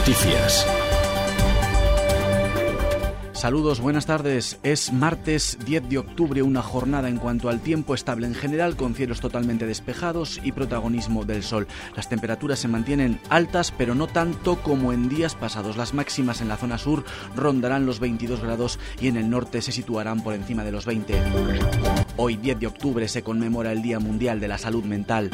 Noticias. Saludos, buenas tardes. Es martes 10 de octubre, una jornada en cuanto al tiempo estable en general, con cielos totalmente despejados y protagonismo del sol. Las temperaturas se mantienen altas, pero no tanto como en días pasados. Las máximas en la zona sur rondarán los 22 grados y en el norte se situarán por encima de los 20. Hoy, 10 de octubre, se conmemora el Día Mundial de la Salud Mental.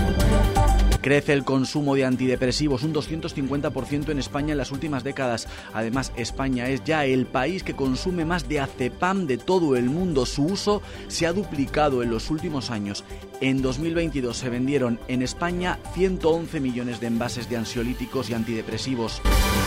Crece el consumo de antidepresivos un 250% en España en las últimas décadas. Además, España es ya el país que consume más diazepam de todo el mundo. Su uso se ha duplicado en los últimos años. En 2022 se vendieron en España 111 millones de envases de ansiolíticos y antidepresivos.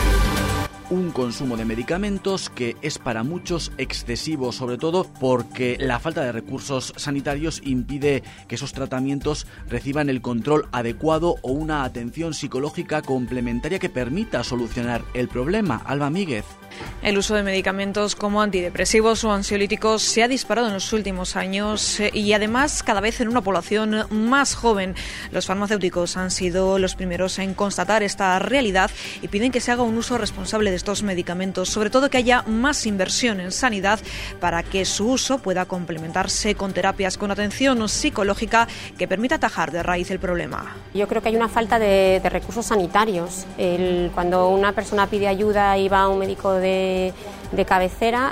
Un consumo de medicamentos que es para muchos excesivo, sobre todo porque la falta de recursos sanitarios impide que esos tratamientos reciban el control adecuado o una atención psicológica complementaria que permita solucionar el problema. Alba Míguez. El uso de medicamentos como antidepresivos o ansiolíticos se ha disparado en los últimos años y además cada vez en una población más joven. Los farmacéuticos han sido los primeros en constatar esta realidad y piden que se haga un uso responsable de estos medicamentos, sobre todo que haya más inversión en sanidad para que su uso pueda complementarse con terapias con atención psicológica que permita atajar de raíz el problema. Yo creo que hay una falta de recursos sanitarios. Cuando una persona pide ayuda y va a un médico de cabecera,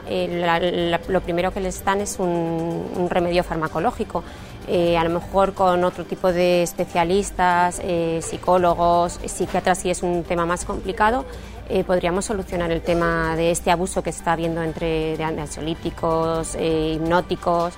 lo primero que les dan es un remedio farmacológico. A lo mejor con otro tipo de especialistas, psicólogos, psiquiatras, si es un tema más complicado, podríamos solucionar el tema de este abuso que se está viendo de ansiolíticos, hipnóticos.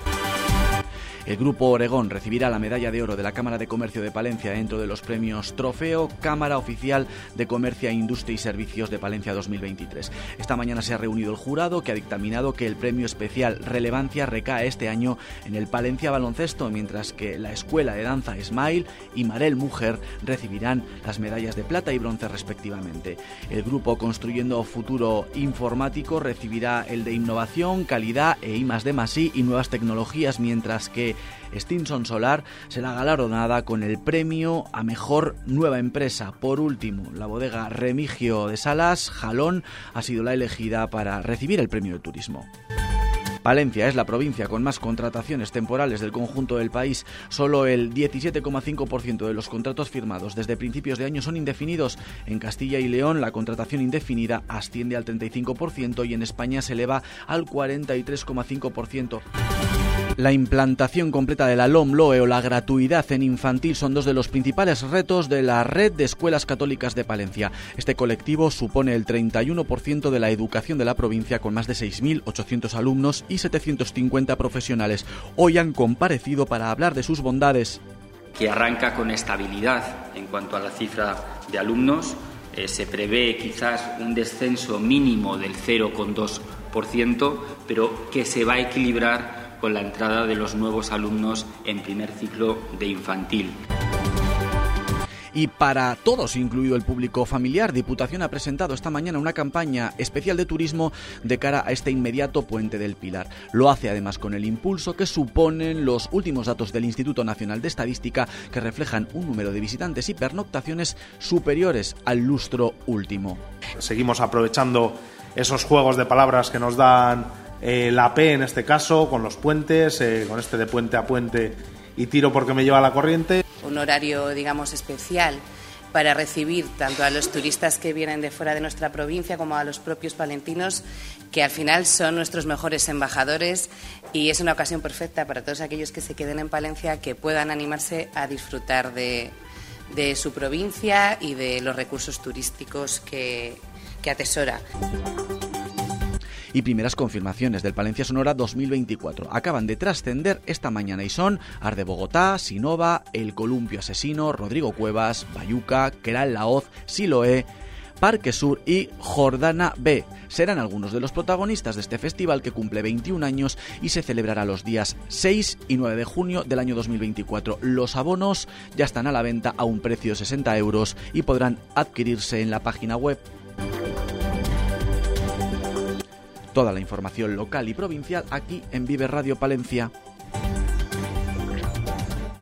El Grupo Oregón recibirá la medalla de oro de la Cámara de Comercio de Palencia dentro de los premios Trofeo Cámara Oficial de Comercio, Industria y Servicios de Palencia 2023. Esta mañana se ha reunido el jurado, que ha dictaminado que el premio especial Relevancia recae este año en el Palencia Baloncesto, mientras que la Escuela de Danza Smile y Marel Mujer recibirán las medallas de plata y bronce respectivamente. El grupo Construyendo Futuro Informático recibirá el de Innovación, Calidad e I+D+I y Nuevas Tecnologías, mientras que Stinson Solar será galardonada con el premio a Mejor Nueva Empresa. Por último, la bodega Remigio de Salas, Jalón, ha sido la elegida para recibir el premio de turismo. Palencia es la provincia con más contrataciones temporales del conjunto del país. Solo el 17,5% de los contratos firmados desde principios de año son indefinidos. En Castilla y León la contratación indefinida asciende al 35% y en España se eleva al 43,5%. La implantación completa de la LOMLOE o la gratuidad en infantil son dos de los principales retos de la Red de Escuelas Católicas de Palencia. Este colectivo supone el 31% de la educación de la provincia, con más de 6.800 alumnos y 750 profesionales. Hoy han comparecido para hablar de sus bondades. Que arranca con estabilidad en cuanto a la cifra de alumnos. Se prevé quizás un descenso mínimo del 0,2%, pero que se va a equilibrar con la entrada de los nuevos alumnos en primer ciclo de infantil. Y para todos, incluido el público familiar, Diputación ha presentado esta mañana una campaña especial de turismo de cara a este inmediato Puente del Pilar. Lo hace además con el impulso que suponen los últimos datos del Instituto Nacional de Estadística, que reflejan un número de visitantes y pernoctaciones superiores al lustro último. Seguimos aprovechando esos juegos de palabras que nos dan la P en este caso, con los puentes, con este de puente a puente y tiro porque me lleva la corriente. Un horario, digamos, especial para recibir tanto a los turistas que vienen de fuera de nuestra provincia como a los propios palentinos, que al final son nuestros mejores embajadores, y es una ocasión perfecta para todos aquellos que se queden en Palencia, que puedan animarse a disfrutar de su provincia y de los recursos turísticos que atesora. Y primeras confirmaciones del Palencia Sonora 2024 acaban de trascender esta mañana y son Arde Bogotá, Sinova, El Columpio Asesino, Rodrigo Cuevas, Bayuca, Queral Laoz, Siloé, Parque Sur y Jordana B. Serán algunos de los protagonistas de este festival, que cumple 21 años y se celebrará los días 6 y 9 de junio del año 2024. Los abonos ya están a la venta a un precio de 60 euros y podrán adquirirse en la página web. Toda la información local y provincial aquí en Vive Radio Palencia.